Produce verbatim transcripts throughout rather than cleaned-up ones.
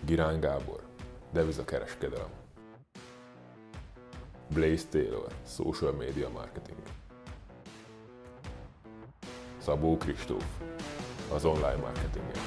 Girán Gábor, devizakereskedelem. Blaze Taylor, social media marketing. Szabó Kristóf, az online marketingért.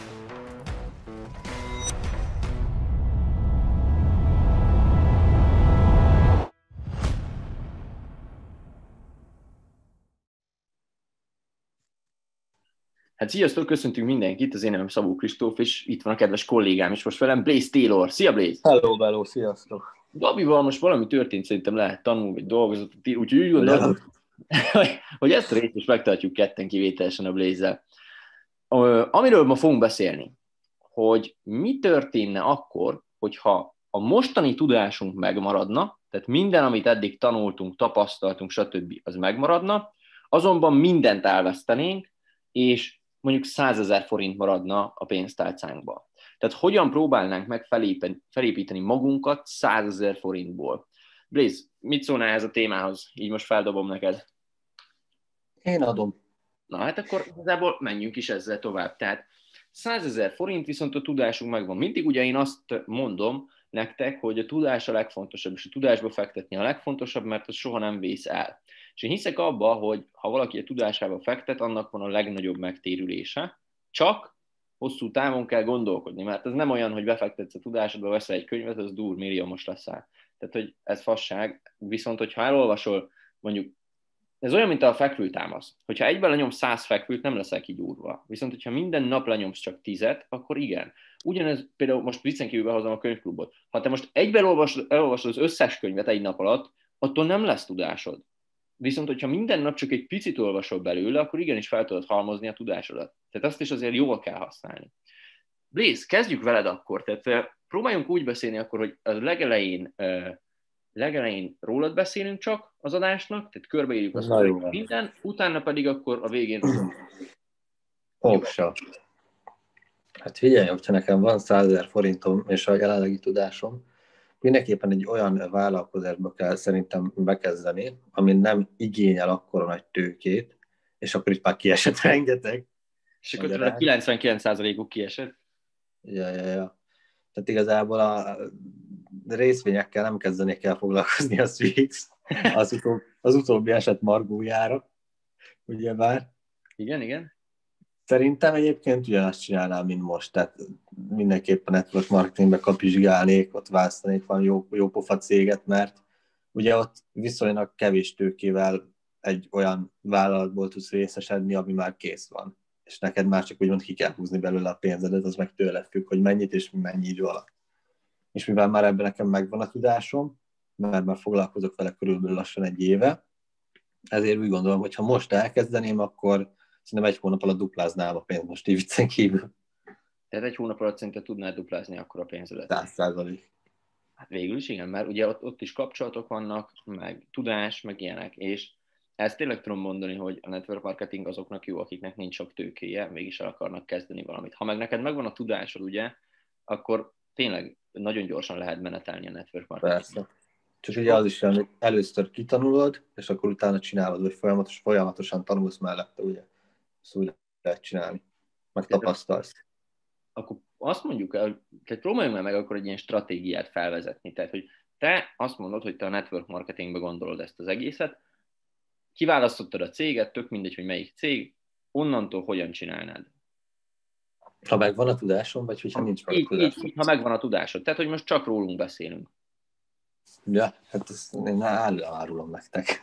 Hát sziasztok, köszöntünk mindenkit, az én nevem Szabó Kristóf, és itt van a kedves kollégám is most velem, Blaze Taylor. Szia, Blaze! Hello, hello, sziasztok! Gabival most valami történt, szerintem lehet tanulni, vagy dolgozott, úgyhogy úgy gondolom, hogy ezt a részt is megtartjuk ketten kivételesen a Blaze-zel. Amiről ma fogunk beszélni, hogy mi történne akkor, hogyha a mostani tudásunk megmaradna, tehát minden, amit eddig tanultunk, tapasztaltunk, stb. Az megmaradna, azonban mindent elvesztenénk, és mondjuk százezer forint maradna a pénztárcánkba. Tehát hogyan próbálnánk meg felépíteni magunkat százezer forintból? Blaze, mit szólnál ez a témához? Így most feldobom neked. Én adom. Na hát akkor igazából menjünk is ezzel tovább. Tehát százezer forint, viszont a tudásunk megvan. Mindig ugye én azt mondom nektek, hogy a tudás a legfontosabb, és a tudásba fektetni a legfontosabb, mert az soha nem vész el. És én hiszek abba, hogy ha valaki a tudásába fektet, annak van a legnagyobb megtérülése, csak hosszú távon kell gondolkodni, mert ez nem olyan, hogy befektetsz a tudásodba, veszel egy könyvet, az dur, milliómos leszel. Tehát, hogy ez fasság, viszont hogyha elolvasol, mondjuk, ez olyan, mint a fekvőtámasz. Hogyha egyben lenyomsz száz fekvőt, nem leszel kigyúrva. Viszont, hogyha minden nap lenyomsz csak tízet, akkor igen. Ugyanez például most viccen kívül behozom a könyvklubot. Ha te most egyben elolvasod, elolvasod az összes könyvet egy nap alatt, attól nem lesz tudásod. Viszont, hogyha minden nap csak egy picit olvasol belőle, akkor igenis fel tudod halmozni a tudásodat. Tehát azt is azért jól kell használni. Blaze, kezdjük veled akkor. Tehát próbáljunk úgy beszélni akkor, hogy a legelején, legelején rólad beszélünk csak az adásnak, tehát körbeírjuk azt, hogy minden, utána pedig akkor a végén... Oksa. Hát figyelj, hogyha nekem van százezer forintom és a jelenlegi tudásom, mindenképpen egy olyan vállalkozásba kell szerintem bekezdeni, ami nem igényel akkora nagy tőkét, és akkor itt már kiesett rengeteg. És akkor tudod, a kilencvenkilenc százalékuk kiesett? Ja, ja, ja. Tehát igazából a részvényekkel nem kezdenék el foglalkozni, az fix. Az, utó, az utóbbi eset margójára, ugyebár. Igen, igen. Szerintem egyébként ugyanazt csinálnám, mint most, tehát mindenképpen network marketingbe kapizsgálnék, ott választanék valami jó, jó pofa céget, mert ugye ott viszonylag kevés tőkével egy olyan vállalatból tudsz részesedni, ami már kész van. És neked már csak úgymond ki kell húzni belőle a pénzedet, az meg tőle függ, hogy mennyit és mennyi idő alatt. És mivel már ebben nekem megvan a tudásom, mert már foglalkozok vele körülbelül lassan egy éve, ezért úgy gondolom, hogy ha most elkezdeném, akkor szerintem egy hónap alatt dupláznám a pénzt, most így viccen kívül. Tehát egy hónap alatt szinte tudnád duplázni akkor a pénzedet. Száz százalék. Hát végül is igen, mert ugye ott, ott is kapcsolatok vannak, meg tudás, meg ilyenek, és ezt tényleg tudom mondani, hogy a network marketing azoknak jó, akiknek nincs sok tőkéje, mégis el akarnak kezdeni valamit. Ha meg neked megvan a tudásod, ugye, akkor tényleg nagyon gyorsan lehet menetelni a network marketing. Persze. Csak ugye az is, hogy először kitanulod, és akkor utána csinálod, vagy folyamatos, folyamatosan tanulsz mellette, ugye. Ezt úgy lehet csinálni. Meg tapasztalsz. Akkor azt mondjuk el, tehát próbáljunk meg akkor egy ilyen stratégiát felvezetni. Tehát, hogy te azt mondod, hogy te a network marketingbe gondolod ezt az egészet, kiválasztottad a céget, tök mindegy, hogy melyik cég, onnantól hogyan csinálnád? Ha megvan a tudásom, vagy hogyha nincs meg a tudásom? Így, így, ha megvan a tudásod. Tehát, hogy most csak rólunk beszélünk. Ja, hát ezt én elárulom nektek.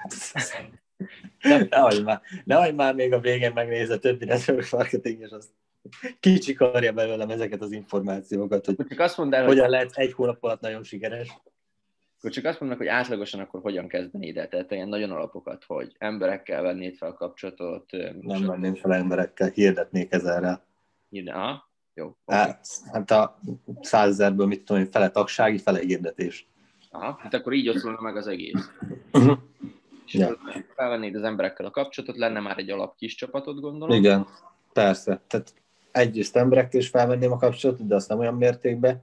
Nehogy már, nehogy már még a végén megnéz a többi network marketing, és azt kicsikarja belőlem ezeket az információkat, hogy csak azt mondd el, hogyan hogy... lehet egy hónap alatt nagyon sikeres. Akkor csak azt mondnak, hogy átlagosan akkor hogyan kezdenéd el, tehát ilyen nagyon alapokat, hogy emberekkel vennéd fel a kapcsolatot. Nem venném fel emberekkel, hirdetnék ezerrel. Aha, jó. Okay. Hát, hát a százezerből mit tudom én, fele tagsági, fele hirdetés. Aha, hát akkor így oszolna meg az egész. És ja. Felvennéd az emberekkel a kapcsolatot, lenne már egy alap kis csapatod, gondolom? Igen, persze. Tehát egyrészt emberekkel is felvenném a kapcsolatot, de azt nem olyan mértékben.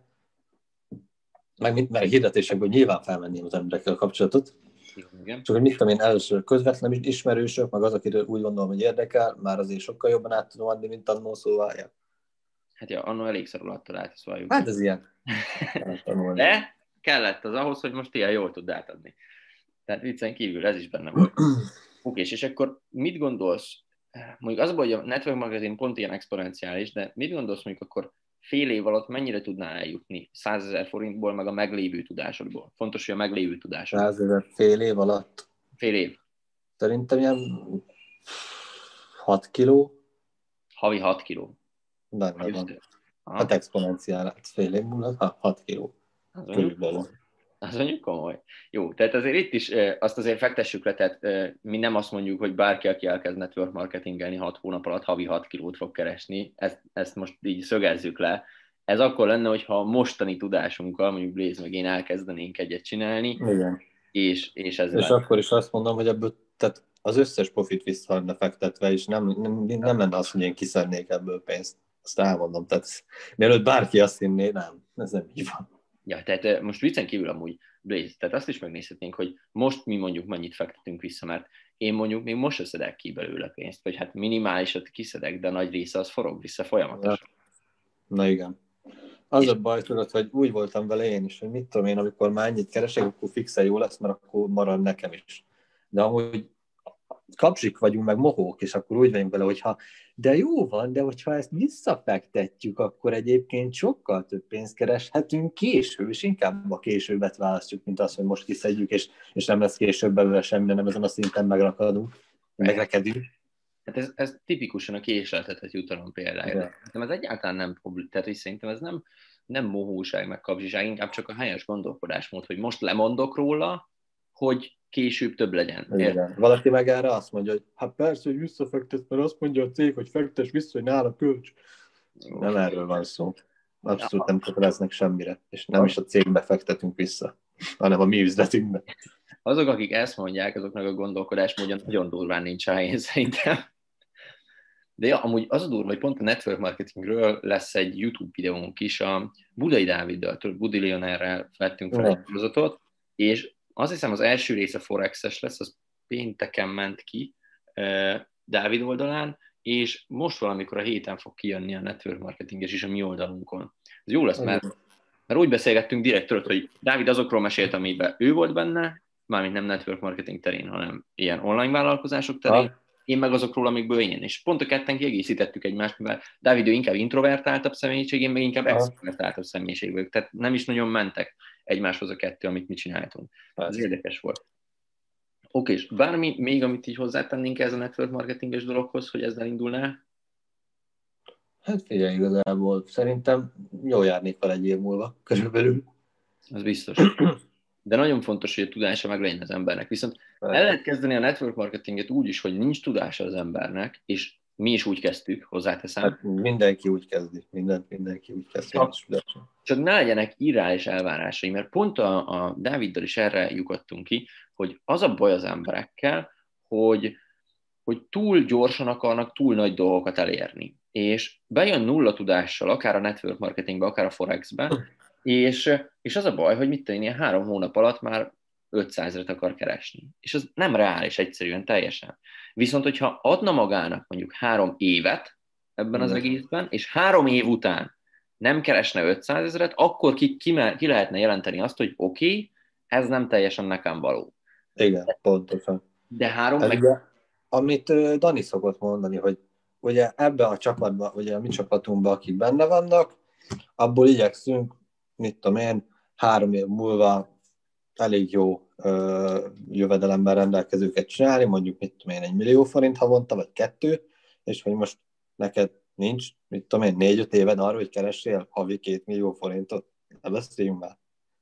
Meg mert a hirdetésekből nyilván felvenném az emberekkel a kapcsolatot. Igen. Csak hogy mit tudom én, először közvetlen ismerősök, meg az, akiről úgy gondolom, hogy érdekel, már azért sokkal jobban át tudom adni, mint annól, szóval. Ja. Hát ja, anno elég szarul adtad át, ezt valljuk. Hát ez ilyen. De kellett az ahhoz, hogy most ilyen jól tud átadni. Tehát viccen kívül ez is benne volt. Oké, és akkor mit gondolsz? Mondjuk az a baj, hogy a network marketing pont ilyen exponenciális, de mit gondolsz mondjuk akkor fél év alatt mennyire tudnál eljutni százezer forintból, meg a meglévő tudásodból? Fontos, hogy a meglévő tudásodból. százezer fél év alatt? Fél év. Szerintem ilyen hat kiló. Havi hat kiló. Benne van. Hát exponenciál, fél év múlva hat kiló. Az körülbelül. Az mondjuk komoly. Jó, tehát azért itt is azt azért fektessük le, tehát mi nem azt mondjuk, hogy bárki, aki elkezd network marketingelni hat hónap alatt havi hat kilót fog keresni, ezt, ezt most így szögezzük le. Ez akkor lenne, hogyha a mostani tudásunkkal, mondjuk Blaze meg én elkezdenénk egyet csinálni, igen. és, és ezzel... És akkor is azt mondom, hogy ebből tehát az összes profit vissza lenne fektetve, és nem, nem, nem lenne az, hogy én kiszednék ebből pénzt. Azt elmondom, tehát mielőtt bárki azt hinné, nem, ez nem így van. Ja, tehát most viccen kívül amúgy, Blaze, tehát azt is megnézhetnénk, hogy most mi mondjuk mennyit fektetünk vissza, mert én mondjuk még most szedek ki belőle pénzt, vagy hát minimálisat kiszedek, de nagy része az forog vissza folyamatosan. Na igen. Az és... a baj, tudod, hogy úgy voltam vele én is, hogy mit tudom én, amikor már ennyit keresek, akkor fixen jó lesz, mert akkor marad nekem is. De amúgy kapzsik vagyunk, meg mohók, és akkor úgy vagyunk vele, hogyha de jó van, de hogyha ezt visszafektetjük, akkor egyébként sokkal több pénzt kereshetünk később, és inkább a későbbet választjuk, mint az, hogy most kiszedjük, és, és nem lesz később belőle semmi, nem ezen a szinten megrakadunk, megrekedünk. Hát ez, ez tipikusan a késleltetett jutalom példája. Ja. De ez egyáltalán nem probléma, tehát is szerintem ez nem, nem mohóság, meg kapzsiság, inkább csak a helyes gondolkodásmód, hogy most lemondok róla, hogy később több legyen. Igen. Valaki meg erre azt mondja, hogy hát persze, hogy visszafektetsz, mert azt mondja a cég, hogy fektess vissza, hogy nála kölcs. Nem erről van szó. Abszolút nem köteleznek semmire, és nem is a cégbe fektetünk vissza, hanem a mi üzletünkbe. Azok, akik ezt mondják, azoknak a gondolkodásmódja nagyon durván nincs helyén szerintem. De ja, amúgy az a durva, hogy pont a network marketingről lesz egy YouTube videónk is, a Budai Dáviddal, Budilionerrel vettünk fel egy sorozatot, és azt hiszem az első része Forexes lesz, az pénteken ment ki Dávid oldalán, és most valamikor a héten fog kijönni a network marketinges is a mi oldalunkon. Ez jó lesz, mert, mert úgy beszélgettünk direkt tőled, hogy Dávid azokról mesélt, amiben ő volt benne, mármint nem network marketing terén, hanem ilyen online vállalkozások terén, ha. Én meg azokról, amikből én. És pont a ketten kiegészítettük egymást, mivel Dávid ő inkább introvertáltabb személyiség, én meg inkább extrovertáltabb személyiség vagyok. Tehát nem is nagyon mentek egymáshoz a kettő, amit mi csináltunk. Ez érdekes volt. Oké, és bármi még, amit így hozzátennénk ez a network marketinges dologhoz, hogy ezzel indulnál? Hát figyelj, igazából szerintem jól járnék fel egy év múlva, körülbelül. Az biztos. De nagyon fontos, hogy a tudása meg legyen az embernek. Viszont el lehet kezdeni a network marketinget úgy is, hogy nincs tudása az embernek, és mi is úgy kezdtük, hozzáteszem. Hát mindenki úgy kezdi, Minden, mindenki úgy kezdi. Csak, csak ne legyenek irreális elvárásai, mert pont a, a Dáviddal is erre lyukadtunk ki, hogy az a baj az emberekkel, hogy, hogy túl gyorsan akarnak túl nagy dolgokat elérni. És bejön nulla tudással, akár a network marketingbe, akár a Forexbe, és, és az a baj, hogy mit tenni, ilyen három hónap alatt már ötszázat akar keresni. És ez nem reális egyszerűen teljesen. Viszont, hogyha adna magának mondjuk három évet ebben az egészben, és három év után nem keresne ötszázezret, akkor ki, ki, ki lehetne jelenteni azt, hogy oké, okay, ez nem teljesen nekem való. Igen, pontosan. De három... Ez meg... ugye, amit uh, Dani szokott mondani, hogy ugye ebben a csapatban, ugye a mi csapatunkban, akik benne vannak, abból igyekszünk, mit tudom én, három év múlva elég jó ö, jövedelemben rendelkezőket csinálni, mondjuk mit tudom én, egy millió forint havonta, vagy kettő, és hogy most neked nincs, mit tudom én, négy-öt éved arra, hogy keressél havi két millió forintot, ne beszéljünk már.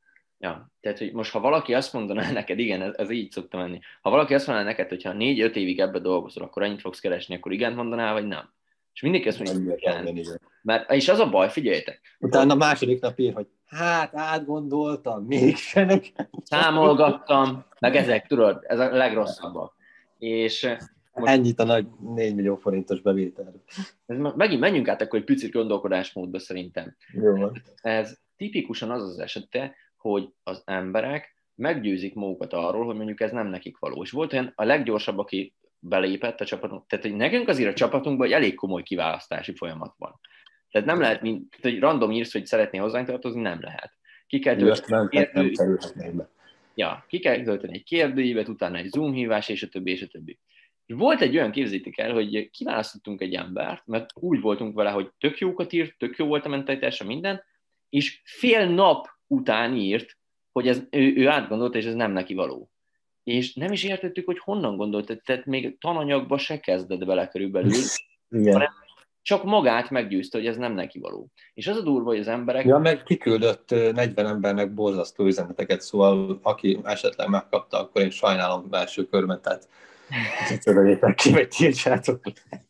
Ja, tehát hogy most ha valaki azt mondaná neked, igen, ez, ez így szokta menni, ha valaki azt mondaná neked, hogy ha négy-öt évig ebbe dolgozol, akkor annyit fogsz keresni, akkor igen mondanál, vagy nem? És mindig ezt mondja, igen. Mert, és az a baj, figyeljetek. Utána a második nap ír, hogy hát átgondoltam, mégse nekem. Számolgattam, meg ezek, tudod, ez a legrosszabbak. És most, ennyit a nagy négy millió forintos bevételről. Megint menjünk át akkor egy picit gondolkodásmódba szerintem. Jó. Ez tipikusan az az esete, hogy az emberek meggyőzik magukat arról, hogy mondjuk ez nem nekik való. És volt olyan a leggyorsabb, aki belépett a csapatunk, tehát hogy nekünk azért a csapatunkban egy elég komoly kiválasztási folyamat van. Tehát nem lehet, mint, hogy random írsz, hogy szeretnél hozzánk tartozni, nem lehet. Ki kell tölteni egy kérdőívet. Ja, ki kell tölteni egy kérdőívet, utána egy Zoom hívás, és a többi, és a többi. És volt egy olyan, képzeljétek el, hogy kiválasztottunk egy embert, mert úgy voltunk vele, hogy tök jókat írt, tök jó volt a mentalitása, minden, és fél nap után írt, hogy ez, ő, ő átgondolta, és ez nem neki való. És nem is értettük, hogy honnan gondolt, tehát még tananyagba se kezdett bele körülbelül, Igen. hanem csak magát meggyőzte, hogy ez nem neki való. És az a durva, hogy az emberek... Ja, meg kiküldött negyven embernek borzasztó üzeneteket, szóval aki esetleg megkapta, akkor én sajnálom első körben, tehát töröljétek ki, vagy tiltsátok.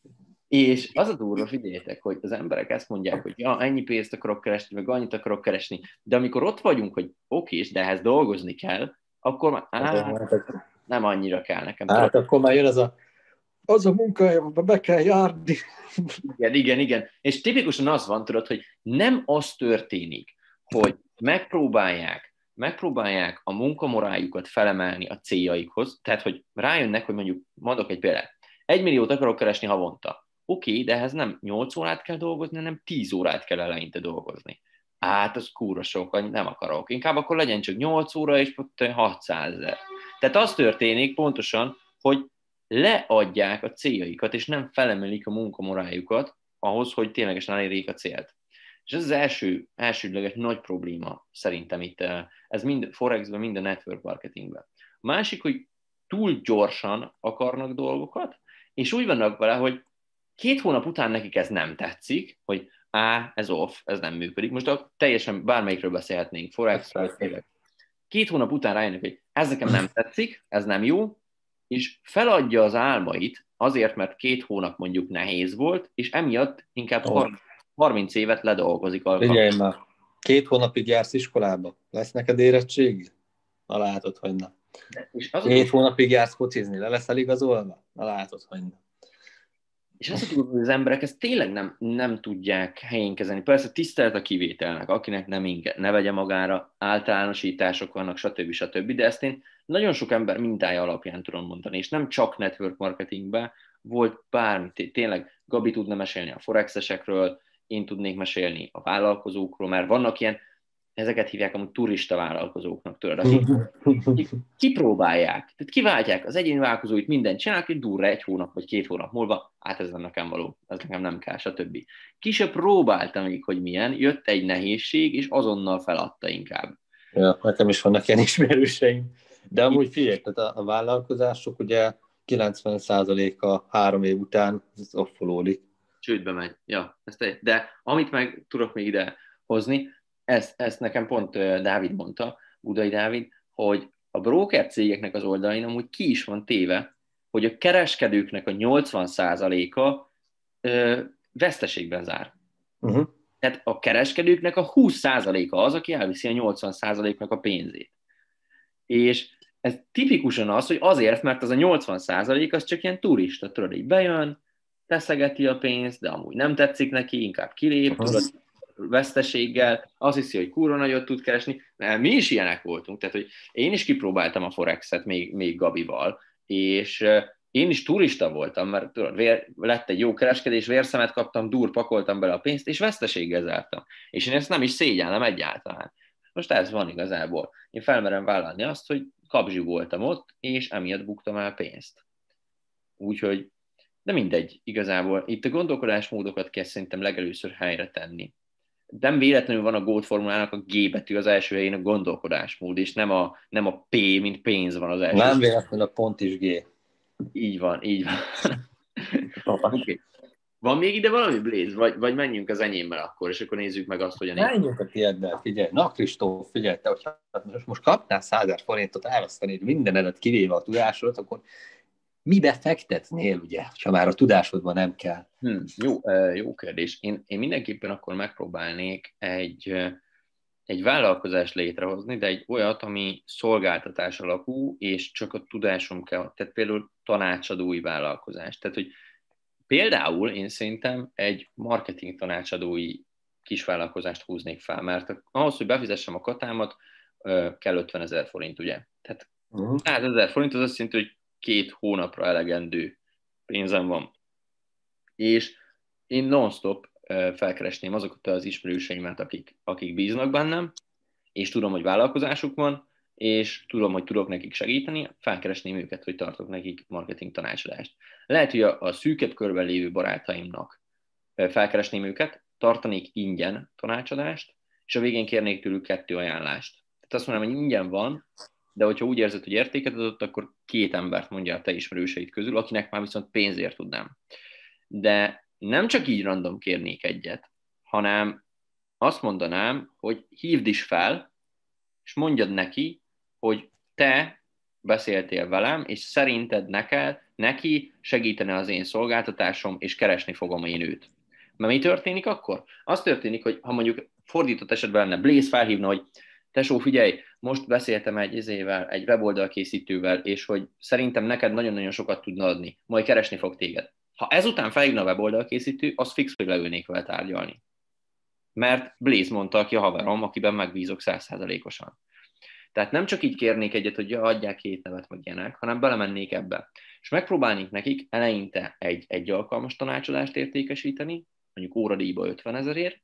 És az a durva, figyeljetek, hogy az emberek ezt mondják, hogy ja, ennyi pénzt akarok keresni, meg annyit akarok keresni, de amikor ott vagyunk, hogy oké, de ehhez dolgozni kell, akkor már á, nem annyira kell nekem. Hát akkor már jön az a az a munkájában be kell járni. Igen, igen, igen. És tipikusan az van, tudod, hogy nem az történik, hogy megpróbálják, megpróbálják a munkamorájukat felemelni a céljaikhoz, tehát, hogy rájönnek, hogy mondjuk, mondok egy példát, egy milliót akarok keresni havonta. Oké, okay, de ehhez nem nyolc órát kell dolgozni, hanem tíz órát kell eleinte dolgozni. Hát, az kúra sok, nem akarok. Inkább akkor legyen csak nyolc óra, és hatszázezer. Tehát az történik pontosan, hogy leadják a céljaikat, és nem felemelik a munkamorájukat ahhoz, hogy ténylegesen elérjék a célt. És ez az első, elsődleges nagy probléma szerintem itt, ez mind Forexben, mind a network marketingben. A másik, hogy túl gyorsan akarnak dolgokat, és úgy vannak vele, hogy két hónap után nekik ez nem tetszik, hogy á, ez off, ez nem működik. Most a, teljesen bármelyikről beszélhetnénk, Forexről. Két hónap után rájönnek, hogy ez nekem nem tetszik, ez nem jó, és feladja az álmait azért, mert két hónap mondjuk nehéz volt, és emiatt inkább oh. harminc évet ledolgozik. Figyelj már, két hónapig jársz iskolába, lesz neked érettségi? Na látod, hogy nem. Két hónapig jársz focizni, le leszel igazolva? Na látod, hogy nem. És azt tudom, hogy az emberek ezt tényleg nem, nem tudják helyén kezelni. Persze tisztelet a kivételnek, akinek nem inge, ne vegye magára, általánosítások vannak, stb. stb. De ezt én nagyon sok ember mintája alapján tudom mondani, és nem csak network marketingben, volt bármi, tényleg Gabi tudna mesélni a forexesekről, én tudnék mesélni a vállalkozókról, mert vannak ilyen, ezeket hívják amúgy turista vállalkozóknak, tudod, akik, akik kipróbálják, tehát kiváltják az egyéni vállalkozóit, mindent csinálnak, és durra egy hónap vagy két hónap múlva, hát ez nem nekem való, ez nekem nem kell, stb. Ki se próbáltam még, hogy milyen, jött egy nehézség, és azonnal feladta inkább. Ja, nekem is vannak ilyen ismerőseim. De amúgy figyelj, tehát a, a vállalkozások ugye kilencven százaléka három év után offolódik. Csődbe megy, ja. Ezt, de amit meg tudok még ide hozni, ezt, ezt nekem pont Dávid mondta, Budai Dávid, hogy a broker cégeknek az oldalain amúgy ki is van téve, hogy a kereskedőknek a nyolcvan százaléka ö, veszteségben zár. Uh-huh. Tehát a kereskedőknek a húsz százaléka az, aki elviszi a nyolcvan százaléknak a pénzét. És ez tipikusan az, hogy azért, mert az a nyolcvan százalék az csak ilyen turista, tudod, így bejön, teszegeti a pénzt, de amúgy nem tetszik neki, inkább kilép, uh-huh. tudod, veszteséggel, azt hiszi, hogy kurva nagyot tud keresni, mert mi is ilyenek voltunk, tehát hogy én is kipróbáltam a Forexet még, még Gabival, és én is turista voltam, mert tudod, vér, lett egy jó kereskedés, vérszemet kaptam, dur, pakoltam bele a pénzt, és veszteséggel zártam. És én ezt nem is szégyellem egyáltalán. Most ez van igazából. Én felmerem vállalni azt, hogy kapzsú voltam ott, és emiatt buktam el pénzt. Úgyhogy, de mindegy, igazából. Itt a gondolkodásmódokat kell szerintem legelőször helyre tenni. Nem véletlenül van a GOAT formulának a G betű az első helyén a gondolkodásmód, és nem a, nem a P, mint pénz van az első. Nem véletlenül a pont is G. Így van, így van. Okay. Van még ide valami, Blaze? Vagy, vagy menjünk az enyémmel akkor, és akkor nézzük meg azt, hogy a négy. Menjünk a tiéddel, figyelj. Na, Kristóf, figyelj, te, hogyha most kapnál százezer forintot elveszteni mindenedet kivéve a tudásodat, akkor mibe fektetnél, ugye, ha már a tudásodban nem kell? Hmm, jó, jó kérdés. Én, én mindenképpen akkor megpróbálnék egy, egy vállalkozást létrehozni, de egy olyat, ami szolgáltatás alapú, és csak a tudásom kell. Tehát például tanácsadói vállalkozás. Tehát, hogy például én szerintem egy marketing tanácsadói kisvállalkozást húznék fel, mert ahhoz, hogy befizessem a katámat, kell ötvenezer forint, ugye? Tehát uh-huh. százezer forint az azt jelenti, hogy két hónapra elegendő pénzem van. És én non-stop felkeresném azokat az ismerőseimet, akik, akik bíznak bennem, és tudom, hogy vállalkozásuk van, és tudom, hogy tudok nekik segíteni, felkeresném őket, hogy tartok nekik marketing tanácsadást. Lehet, hogy a, a szűkebb körben lévő barátaimnak felkeresném őket, tartanék ingyen tanácsadást, és a végén kérnék tőlük kettő ajánlást. Tehát azt mondom, hogy ingyen van, de hogyha úgy érzed, hogy értéket adott, akkor két embert mondja a te ismerőseid közül, akinek már viszont pénzért tudnám. De nem csak így random kérnék egyet, hanem azt mondanám, hogy hívd is fel, és mondjad neki, hogy te beszéltél velem, és szerinted neked, neki segítene az én szolgáltatásom, és keresni fogom én őt. Mert mi történik akkor? Az történik, hogy ha mondjuk fordított esetben lenne, Blaze felhívna, hogy tesó, figyelj, most beszéltem egy izével, egy weboldal készítővel, és hogy szerintem neked nagyon-nagyon sokat tudna adni, majd keresni fog téged. Ha ezután felhívna a weboldal készítő, az fix, hogy leülnék vele tárgyalni. Mert Blaze mondta ki a haverom, akiben megbízok száz százalékosan. Tehát nem csak így kérnék egyet, hogy ja, adják két nevet, meg ilyenek, hanem belemennék ebbe. És megpróbálnék nekik eleinte egy, egy alkalmas tanácsadást értékesíteni, mondjuk óradíjba ötven ezerért,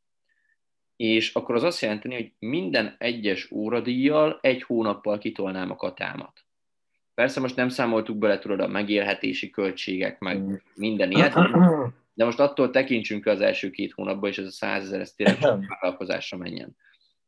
és akkor az azt jelenteni, hogy minden egyes óradíjjal egy hónappal kitolnám a katámat. Persze most nem számoltuk bele, tudod, a megélhetési költségek, meg minden ilyet, de most attól tekintsünk az első két hónapban, és ez a százezer, ez tényleg vállalkozásra menjen.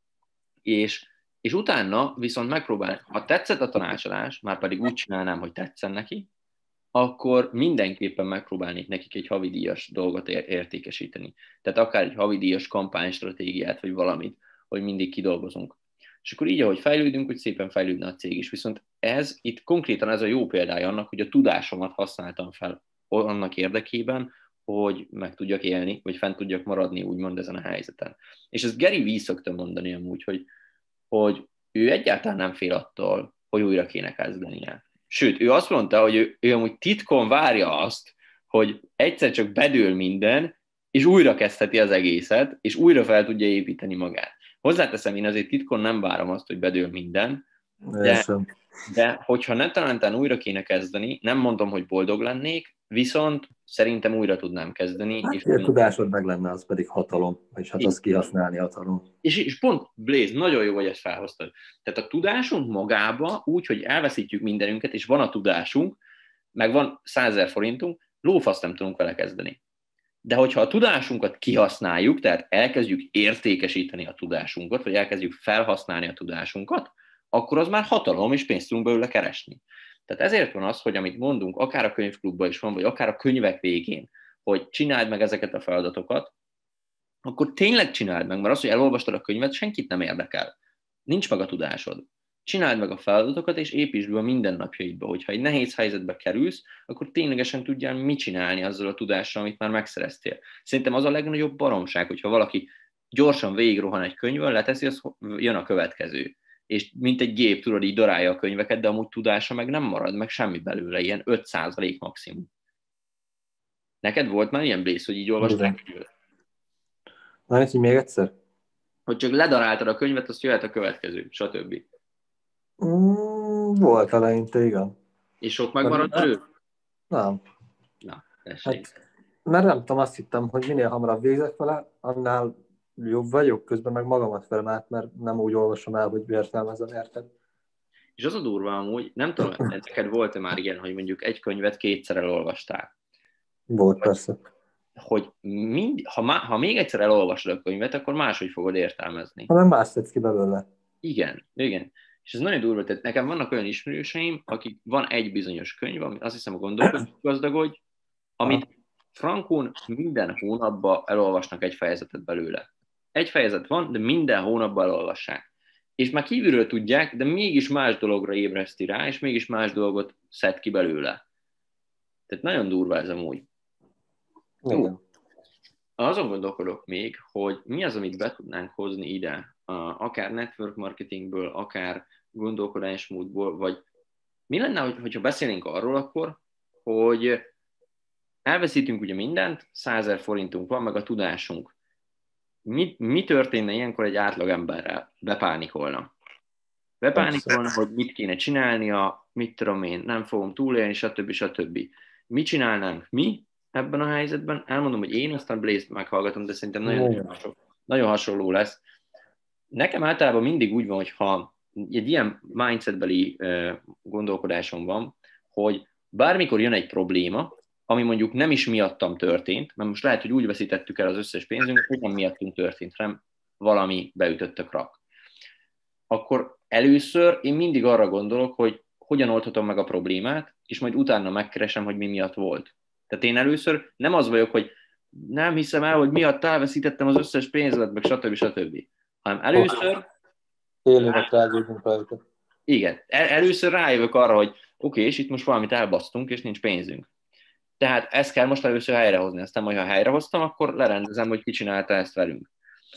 És, és utána viszont megpróbálni, ha tetszett a tanácsadás, már pedig úgy csinálnám, hogy tetszen neki, akkor mindenképpen megpróbálnék nekik egy havidíjas dolgot értékesíteni. Tehát akár egy havidíjas kampánystratégiát, vagy valamit, hogy mindig kidolgozunk. És akkor így, ahogy fejlődünk, hogy szépen fejlődne a cég is. Viszont ez, itt konkrétan ez a jó példája annak, hogy a tudásomat használtam fel annak érdekében, hogy meg tudjak élni, vagy fent tudjak maradni, úgymond ezen a helyzeten. És ezt Gary Vee szokta mondani amúgy, hogy, hogy ő egyáltalán nem fél attól, hogy újra kéne kezdenie. Sőt, ő azt mondta, hogy ő, ő amúgy titkon várja azt, hogy egyszer csak bedől minden, és újra kezdheti az egészet, és újra fel tudja építeni magát. Hozzáteszem, én azért titkon nem várom azt, hogy bedől minden, de, de hogyha netalántán újra kéne kezdeni, nem mondom, hogy boldog lennék, viszont szerintem újra tudnám kezdeni. Hát, és a tudásod meg lenne, az pedig hatalom, és hát az kihasználni hatalom. És, és pont, Blaze, nagyon jó, hogy ezt felhoztad. Tehát a tudásunk magába úgy, hogy elveszítjük mindenünket, és van a tudásunk, meg van százezer forintunk, lófaszt nem tudunk vele kezdeni. De hogyha a tudásunkat kihasználjuk, tehát elkezdjük értékesíteni a tudásunkat, vagy elkezdjük felhasználni a tudásunkat, akkor az már hatalom, és pénzt tudunk belőle keresni. Tehát ezért van az, hogy amit mondunk, akár a könyvklubban is van, vagy akár a könyvek végén, hogy csináld meg ezeket a feladatokat, akkor tényleg csináld meg, mert az, hogy elolvastad a könyvet, senkit nem érdekel. Nincs meg a tudásod. Csináld meg a feladatokat, és építsd be a mindennapjaidba, hogyha egy nehéz helyzetbe kerülsz, akkor ténylegesen tudjál mit csinálni azzal a tudással, amit már megszereztél. Szerintem az a legnagyobb baromság, hogyha valaki gyorsan végigrohan egy könyvön, leteszi, az jön a következő. És mint egy gép, tudod, így darálja a könyveket, de amúgy tudása meg nem marad, meg semmi belőle, ilyen öt százalék maximum. Neked volt már ilyen, Blaze, hogy így olvastál könyvet? Na, így még egyszer? Hogy csak ledaráltad a könyvet, azt jöhet a következő, stb. Mm, volt eleinte, igen. És sok megmaradt belőle? Nem. Na, tessék. Hát, mert nem tudom, azt hittem, hogy minél hamarabb végzek vele, annál jobb vagyok, közben meg magamat velem át, mert nem úgy olvasom el, hogy értelmezem, érted? És az a durva amúgy, nem tudom, neked volt-e már ilyen, hogy mondjuk egy könyvet kétszer elolvastál? Volt, vagy, persze. Hogy mind, ha, má, ha még egyszer elolvasod a könyvet, akkor máshogy fogod értelmezni. Ha nem más tetsz ki belőle. Igen, igen. És ez nagyon durva, tehát nekem vannak olyan ismerőseim, akik van egy bizonyos könyv, ami azt hiszem a Gondolkodj, gazdagodj, amit frankon minden hónapban elolvasnak egy fejezetet belőle. Egy fejezet van, de minden hónapban elolvassák. És már kívülről tudják, de mégis más dologra ébreszti rá, és mégis más dolgot szed ki belőle. Tehát nagyon durva ez amúgy. Igen. Azon gondolkodok még, hogy mi az, amit be tudnánk hozni ide, akár network marketingből, akár gondolkodásmódból, vagy mi lenne, hogyha beszélnénk arról akkor, hogy elveszítünk ugye mindent, százezer forintunk van, meg a tudásunk. Mi, mi történne ilyenkor egy átlagemberrel? Bepánikolna. Bepánikolna, hogy mit kéne csinálnia, mit tudom én, nem fogom túlélni, stb. stb. Mit csinálnánk mi? ebben a helyzetben. Elmondom, hogy én aztán Blaze-t meghallgatom, de szerintem nagyon, hasonló, nagyon hasonló lesz. Nekem általában mindig úgy van, hogy ha egy ilyen mindsetbeli gondolkodásom van, hogy bármikor jön egy probléma, ami mondjuk nem is miattam történt, mert most lehet, hogy úgy veszítettük el az összes pénzünket, hogy nem miattunk történt, hanem valami beütött a krak. Akkor először én mindig arra gondolok, hogy hogyan oldhatom meg a problémát, és majd utána megkeresem, hogy mi miatt volt. Tehát én először nem az vagyok, hogy nem hiszem el, hogy miatt elveszítettem az összes pénzemet, meg stb. stb. Hanem először... Élőnek rágódunk rajta. Igen, el, először rájövök arra, hogy oké, okay, és itt most valamit elbasztunk, és nincs pénzünk. Tehát ezt kell most először helyrehozni. Aztán majd, ha helyrehoztam, akkor lerendezem, hogy ki csinálta ezt velünk.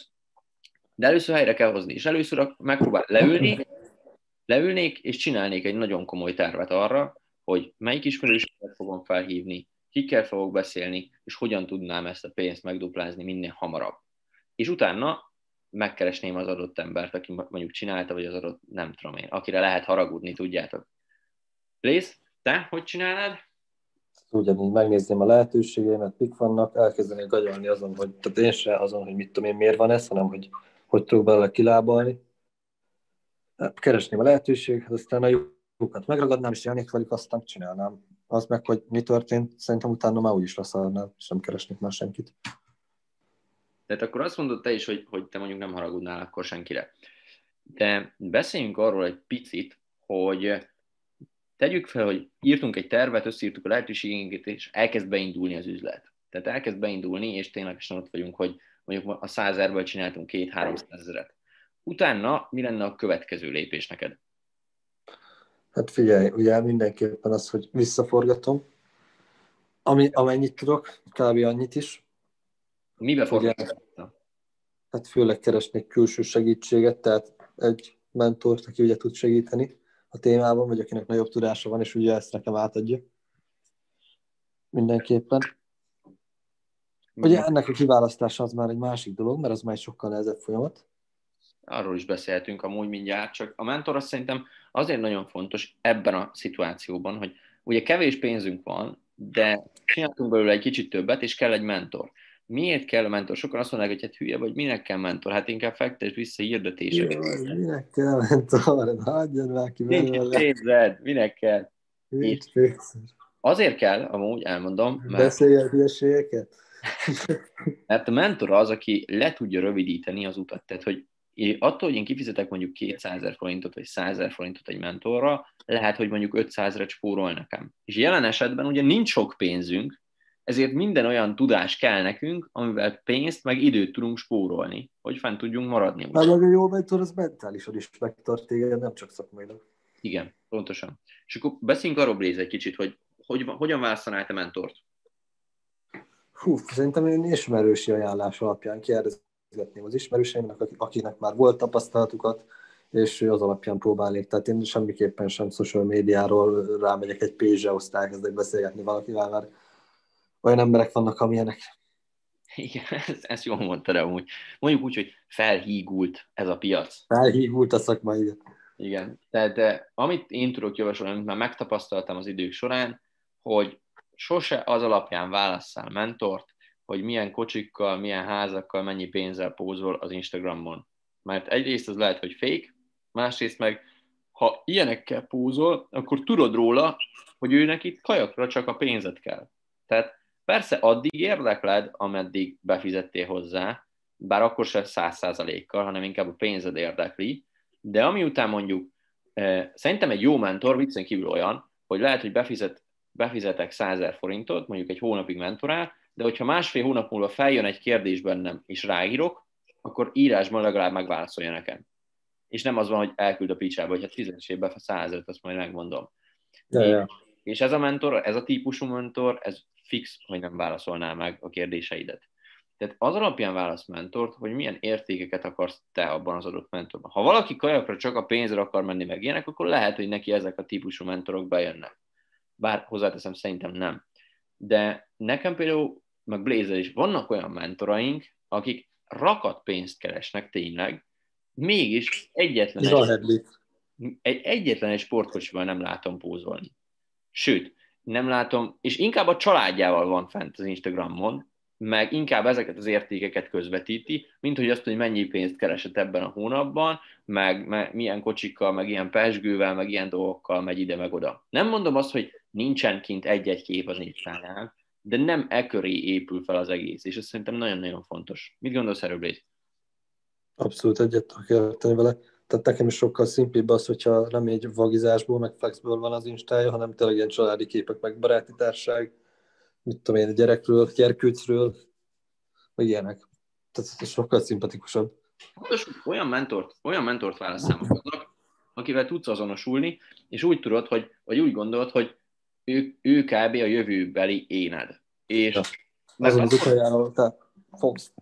De először helyre kell hozni, és először megpróbál leülni, leülnék, és csinálnék egy nagyon komoly tervet arra, hogy melyik ismerősöket fogom felhívni, kikkel fogok beszélni, és hogyan tudnám ezt a pénzt megduplázni minél hamarabb. És utána megkeresném az adott embert, aki mondjuk csinálta, vagy az adott, nem tudom én, akire lehet haragudni, tudjátok. Blaze, te hogy csinálnád? Ugyanígy megnézném a lehetőségeimet, mik vannak, elkezdenék gagyolni azon, hogy, tehát én se azon, hogy mit tudom én, miért van ez, hanem hogy hogy tudok belőle kilábalni. Keresném a lehetőséget, aztán a jókat megragadnám, és jönnék velük, aztán csinálnám. Az meg, hogy mi történt, szerintem utána már úgyis leszarnám, és nem keresnék már senkit. Tehát akkor azt mondod te is, hogy, hogy te mondjuk nem haragudnál akkor senkire. De beszéljünk arról egy picit, hogy tegyük fel, hogy írtunk egy tervet, összeírtuk a lehetőségeinket, és elkezd beindulni az üzlet. Tehát elkezd beindulni, és ténylegesen ott vagyunk, hogy mondjuk a százezerből csináltunk két-háromszázezret. Utána mi lenne a következő lépés neked? Hát figyelj, ugye mindenképpen az, hogy visszaforgatom, Ami, amennyit tudok, kb. Annyit is. Mibe forgatom? Hát főleg keresnék külső segítséget, tehát egy mentort, aki ugye tud segíteni a témában, vagy akinek nagyobb tudása van, és ugye ezt nekem átadja. Mindenképpen. Ugye ennek a kiválasztása az már egy másik dolog, mert az már egy sokkal nehezebb folyamat. Arról is beszéltünk amúgy mindjárt, csak a mentor azt szerintem azért nagyon fontos ebben a szituációban, hogy ugye kevés pénzünk van, de csináltunk belőle egy kicsit többet, és kell egy mentor. Miért kell a mentor? Sokan azt mondják, hogy hát hülye vagy, minek kell mentor? Hát inkább fektesd vissza hirdetéseket. Jó, minek kell mentor? Hagyjad már ki belőle. Pénzed, minek kell? Nincs pénz. Azért kell, amúgy elmondom, mert... Beszélj hülyeségeket? Mert a mentor az, aki le tudja rövidíteni az utat. Tehát, hogy attól, hogy én kifizetek mondjuk kétszázezer forintot, vagy százezer forintot egy mentorra, lehet, hogy mondjuk ötszázret spórol nekem. És jelen esetben ugye nincs sok pénzünk, ezért minden olyan tudás kell nekünk, amivel pénzt, meg időt tudunk spórolni, hogy fenn tudjunk maradni. Hát meg a jó mentor, az mentálisan is megtart téged, nem csak szakmailag. Igen, pontosan. És akkor beszéljünk arról, Blaze, egy kicsit, hogy, hogy hogyan választanál te mentort? Hú, szerintem én ismerősi ajánlás alapján kérdezgetném az ismerőseimnek, akiknek már volt tapasztalatukat, és az alapján próbálnék. Tehát én semmiképpen sem social médiáról rámegyek egy page-re, azt elkezdek beszélgetni valakivel, mert olyan emberek vannak, amilyenek. Igen, ezt, ezt jól mondtad amúgy. Mondjuk úgy, hogy felhígult ez a piac. Felhígult a szakma, igen. Igen, tehát de, amit én tudok javasolni, amit már megtapasztaltam az idők során, hogy sose az alapján válasszál mentort, hogy milyen kocsikkal, milyen házakkal, mennyi pénzzel pózol az Instagramon. Mert egyrészt az lehet, hogy fake, másrészt meg, ha ilyenekkel pózol, akkor tudod róla, hogy őnek itt kajakra csak a pénzed kell. Tehát persze addig érdekled, ameddig befizettél hozzá, bár akkor sem száz százalékkal, hanem inkább a pénzed érdekli, de ami után mondjuk, eh, szerintem egy jó mentor viccen kívül olyan, hogy lehet, hogy befizet, befizetek százezer forintot, mondjuk egy hónapig mentorál, de hogyha másfél hónap múlva feljön egy kérdés bennem, és ráírok, akkor írásban legalább megválaszolja nekem. És nem az van, hogy elküld a picsába, hogy hát fizessél be százezret, azt majd megmondom. Ja, ja. És ez a mentor, ez a típusú mentor, ez fix, hogy nem válaszolná meg a kérdéseidet. Tehát az alapján válasz mentort, hogy milyen értékeket akarsz te abban az adott mentorban. Ha valaki kajakra csak a pénzre akar menni meg ilyenek, akkor lehet, hogy neki ezek a típusú mentorok bejönnek. Bár hozzáteszem, szerintem nem. De nekem például, meg Blaze is, vannak olyan mentoraink, akik rakat pénzt keresnek tényleg, mégis egyetlen egy, egy, egyetlen egy sportkocsival nem látom pózolni. Sőt, nem látom, és inkább a családjával van fent az Instagramon, meg inkább ezeket az értékeket közvetíti, mint hogy azt, hogy mennyi pénzt keresett ebben a hónapban, meg, meg milyen kocsikkal, meg ilyen pezsgővel, meg ilyen dolgokkal megy ide, meg oda. Nem mondom azt, hogy nincsen kint egy-egy kép az Instánál, de nem e köré épül fel az egész, és ez szerintem nagyon-nagyon fontos. Mit gondolsz erről, Blaze? Abszolút egyet tudok érteni vele. Tehát nekem is sokkal szimplibb az, hogyha nem egy vagizásból, meg flexből van az Instája, hanem tényleg ilyen családi képek, meg baráti társaság, mit tudom én, gyerekről, gyerkőcről, meg ilyenek. Tehát ez sokkal szimpatikusabb. Fontos, hogy olyan mentort, olyan mentort válasszál magadnak, akivel tudsz azonosulni, és úgy tudod, hogy, vagy úgy gondolod, hogy ő, ő kb. A jövőbeli éned. És ja. Azon az utoljáról te fogsz.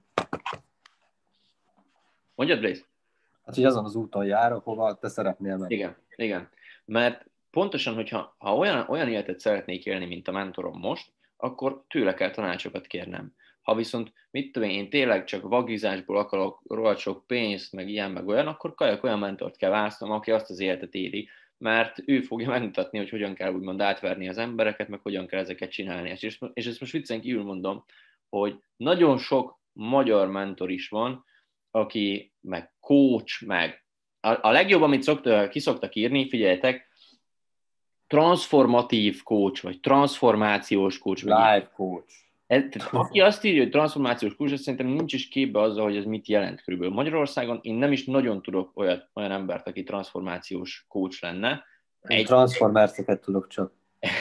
Mondjad, Blaze? Hát, hogy azon az úton jár, hova te szeretnél menni. Igen, igen. Mert pontosan, hogyha ha olyan, olyan életet szeretnék élni, mint a mentorom most, akkor tőle kell tanácsokat kérnem. Ha viszont, mit tudom én, én tényleg csak vagizásból akarok rohadt sok pénzt, meg ilyen, meg olyan, akkor kajak olyan mentort kell választanom, aki azt az életet éli, mert ő fogja megmutatni, hogy hogyan kell úgymond átverni az embereket, meg hogyan kell ezeket csinálni. És, és ezt most viccen kívül mondom, hogy nagyon sok magyar mentor is van, aki meg coach, meg a, a legjobb, amit szokta, ki szoktak írni, figyeljetek, transformatív coach, vagy transformációs coach. Life coach. Ez, tehát aki azt írja, hogy transformációs coach, azt szerintem nincs is képbe azzal, hogy ez mit jelent körülbelül. Magyarországon én nem is nagyon tudok olyat, olyan embert, aki transformációs coach lenne. Egy... Transformerszeket tudok csak.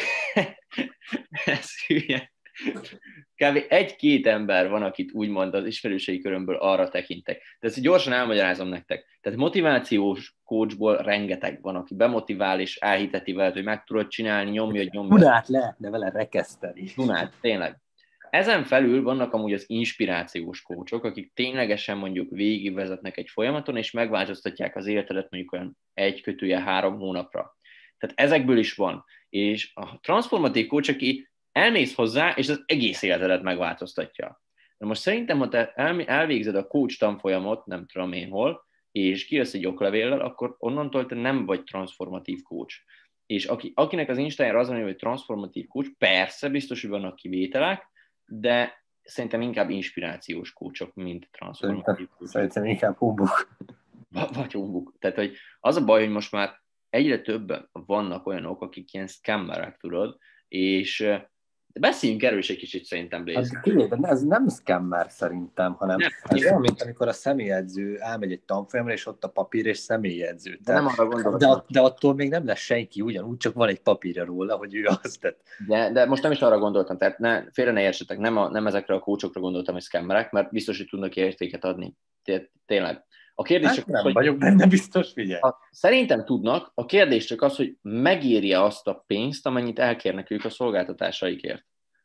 Ez hülye. Kb. egy-két ember van, akit úgymond az ismerőségi körömből arra tekintek. De ezt gyorsan elmagyarázom nektek. Tehát motivációs coachból rengeteg van, aki bemotivál és elhiteti veled, hogy meg tudod csinálni, nyomja, nyomja. Dunát lehetne vele rekeszteni. Dunát, tényleg. Ezen felül vannak amúgy az inspirációs coachok, akik ténylegesen mondjuk végigvezetnek egy folyamaton, és megváltoztatják az életedet mondjuk olyan egy kötője három hónapra. Tehát ezekből is van. És a transformatív coach, aki elmész hozzá, és az egész életedet megváltoztatja. De most szerintem, ha te elvégzed a coach tanfolyamot, nem tudom én hol, és kijössz egy oklevéllel, akkor onnantól te nem vagy transformatív coach. És aki, akinek az Instájára az van, hogy transformatív coach, persze, biztos, hogy vannak kivételek, de szerintem inkább inspirációs coachok, mint transformatív coachok. Szerintem inkább humbuk. Vagy humbuk. Tehát, hogy az a baj, hogy most már egyre többen vannak olyanok, akik ilyen scammerek, tudod, és de beszéljünk erről is egy kicsit szerintem, Blaze. Hát, kivé, de ez nem scammer szerintem, hanem nem, ez olyan, mint amikor a személyedző elmegy egy tanfolyamra, és ott a papír és személyedző. De, nem arra gondolok, de, de attól még nem lesz senki ugyanúgy, csak van egy papírja róla, hogy ő azt tett. De, de most nem is arra gondoltam, tehát ne, félre ne értsetek, nem, a, nem ezekre a coachokra gondoltam, hogy scammerek, mert biztos, hogy tudnak értéket adni. Tehát, tényleg. A kérdés hát csak nem az, hogy vagyok benne biztos, figyelj. A, szerintem tudnak, a kérdés csak az, hogy megéri-e azt a pénzt, amennyit elkérnek ők a szolgáltatásaikért.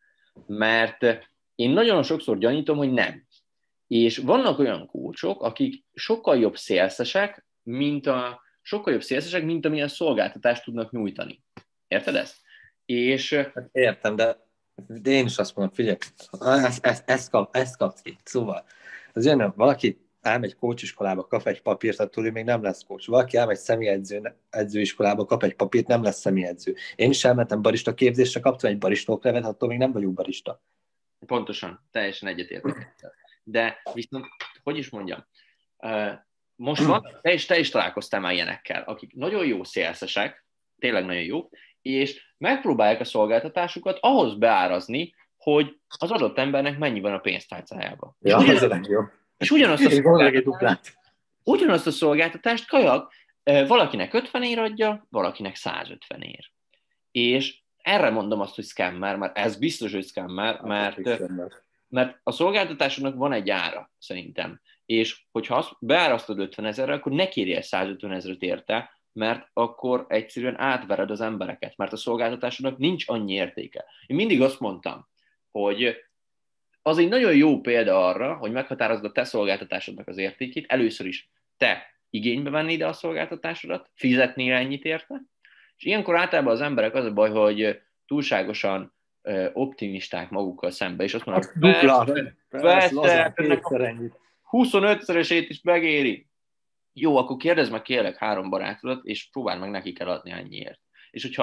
Mert én nagyon sokszor gyanítom, hogy nem. És vannak olyan coachok, akik sokkal jobb szélszesek, mint a, sokkal jobb szélszesek, mint amilyen szolgáltatást tudnak nyújtani. Érted ezt? És... Értem, de, de én is azt mondom, figyelj, ezt, ezt, ezt, kap, ezt kapsz itt. Szóval, az jön, valaki elmegy coachiskolába, kap egy papírt, attól ő még nem lesz coach. Valaki elmegy személyedző edzőiskolába, kap egy papírt, nem lesz személyedző. Én is elmentem barista képzésre, kaptam egy barista oklevet, attól még nem vagyok barista. Pontosan, teljesen egyetértek. De viszont, hogy is mondjam, most van, te is, te is találkoztál már ilyenekkel, akik nagyon jó szélszesek, tényleg nagyon jó, és megpróbálják a szolgáltatásukat ahhoz beárazni, hogy az adott embernek mennyi van a pénztárcájában. Ja, és, ugyan, a legjobb. és ugyanazt a szolgáltatást, ugyanazt a szolgáltatást kajak, valakinek ötven ér adja, valakinek százötven ér. És erre mondom azt, hogy scammer, mert ez biztos, hogy scammer, mert, mert a szolgáltatásoknak van egy ára, szerintem. És hogyha azt beárasztod ötven ezerre, akkor ne kérjél százötven ezret érte, mert akkor egyszerűen átvered az embereket, mert a szolgáltatásoknak nincs annyi értéke. Én mindig azt mondtam, hogy az egy nagyon jó példa arra, hogy meghatározd a te szolgáltatásodnak az értékét. Először is te igénybe vennéd a szolgáltatásodat, fizetnél ennyit érte, és ilyenkor általában az emberek az a baj, hogy túlságosan optimisták magukkal szembe, és azt mondják, persze, persze, persze huszonötszörösét is megéri. Jó, akkor kérdezd meg kérlek három barátodat, és próbáld meg nekik eladni annyiért. És hogyha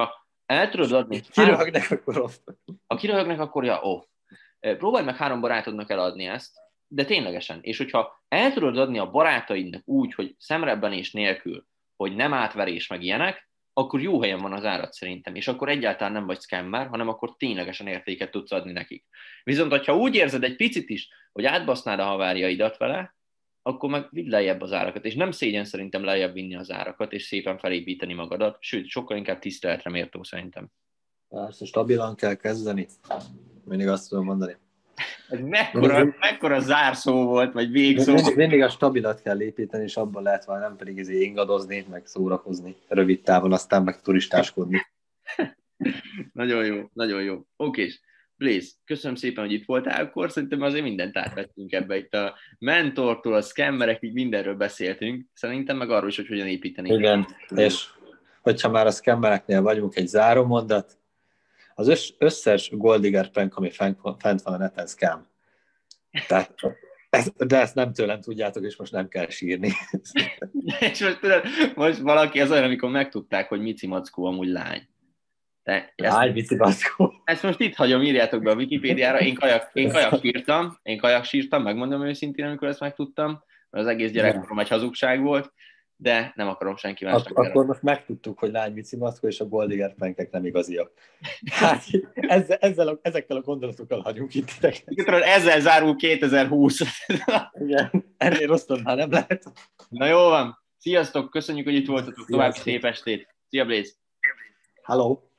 el tudod adni... Kiröhögnek, akkor off. Ha kiröhögnek, akkor ja, off. Próbálj meg három barátodnak eladni ezt, de ténylegesen. És hogyha el tudod adni a barátaidnak úgy, hogy szemrebbenés nélkül, hogy nem átverés meg ilyenek, akkor jó helyen van az árat szerintem, és akkor egyáltalán nem vagy scammer, hanem akkor ténylegesen értéket tudsz adni nekik. Viszont, hogyha úgy érzed egy picit is, hogy átbasznád a haváriaidat vele, akkor meg vidd lejjebb az árakat, és nem szégyen szerintem lejjebb vinni az árakat, és szépen felépíteni magadat, sőt, sokkal inkább tiszteletre méltó szerintem. Persze, stabilan kell kezdeni. Mindig azt tudom mondani. Ez mekkora, mindig, mekkora zárszó volt, vagy végszó. Mindig, mindig a stabilat kell építeni, és abban lehet valami, nem pedig izé ingadozni, meg szórakozni rövid távon, aztán meg turistáskodni. Nagyon jó, nagyon jó. Oké, Blaze, köszönöm szépen, hogy itt voltál, akkor szerintem azért mindent átvettünk ebbe. Itt a mentortól, a scammerekig mindenről beszéltünk, szerintem meg arról is, hogy hogyan építeni. Igen, és hogyha már a scammereknél vagyunk, egy záró mondat, az összes Goldigger prank, ami fent van a neten, scam. Tehát, de ezt nem tőlem tudjátok, és most nem kell sírni. És most tudod, most valaki az olyan, amikor megtudták, hogy Mici Mackó amúgy lány. De ezt, lány Mici Mackó. Ezt most itt hagyom, írjátok be a Wikipédiára. Én kajak, én kajak sírtam, én kajak sírtam, megmondom őszintén, amikor ezt megtudtam, mert az egész gyerekkorom egy hazugság volt, de nem akarom senki másnak. Ak- akkor most megtudtuk, hogy lány Mici Mackó és a Goldigger prankek nem igaziak. Hát ezzel, ezzel a, ezekkel a gondolatokkal hagyunk itt titeket. Ezzel zárul kétezer-húsz. Igen, ennél rosszabb már nem lehet. Na jó van, sziasztok, köszönjük, hogy itt voltatok, további szép estét. Szia Blaze! Hello!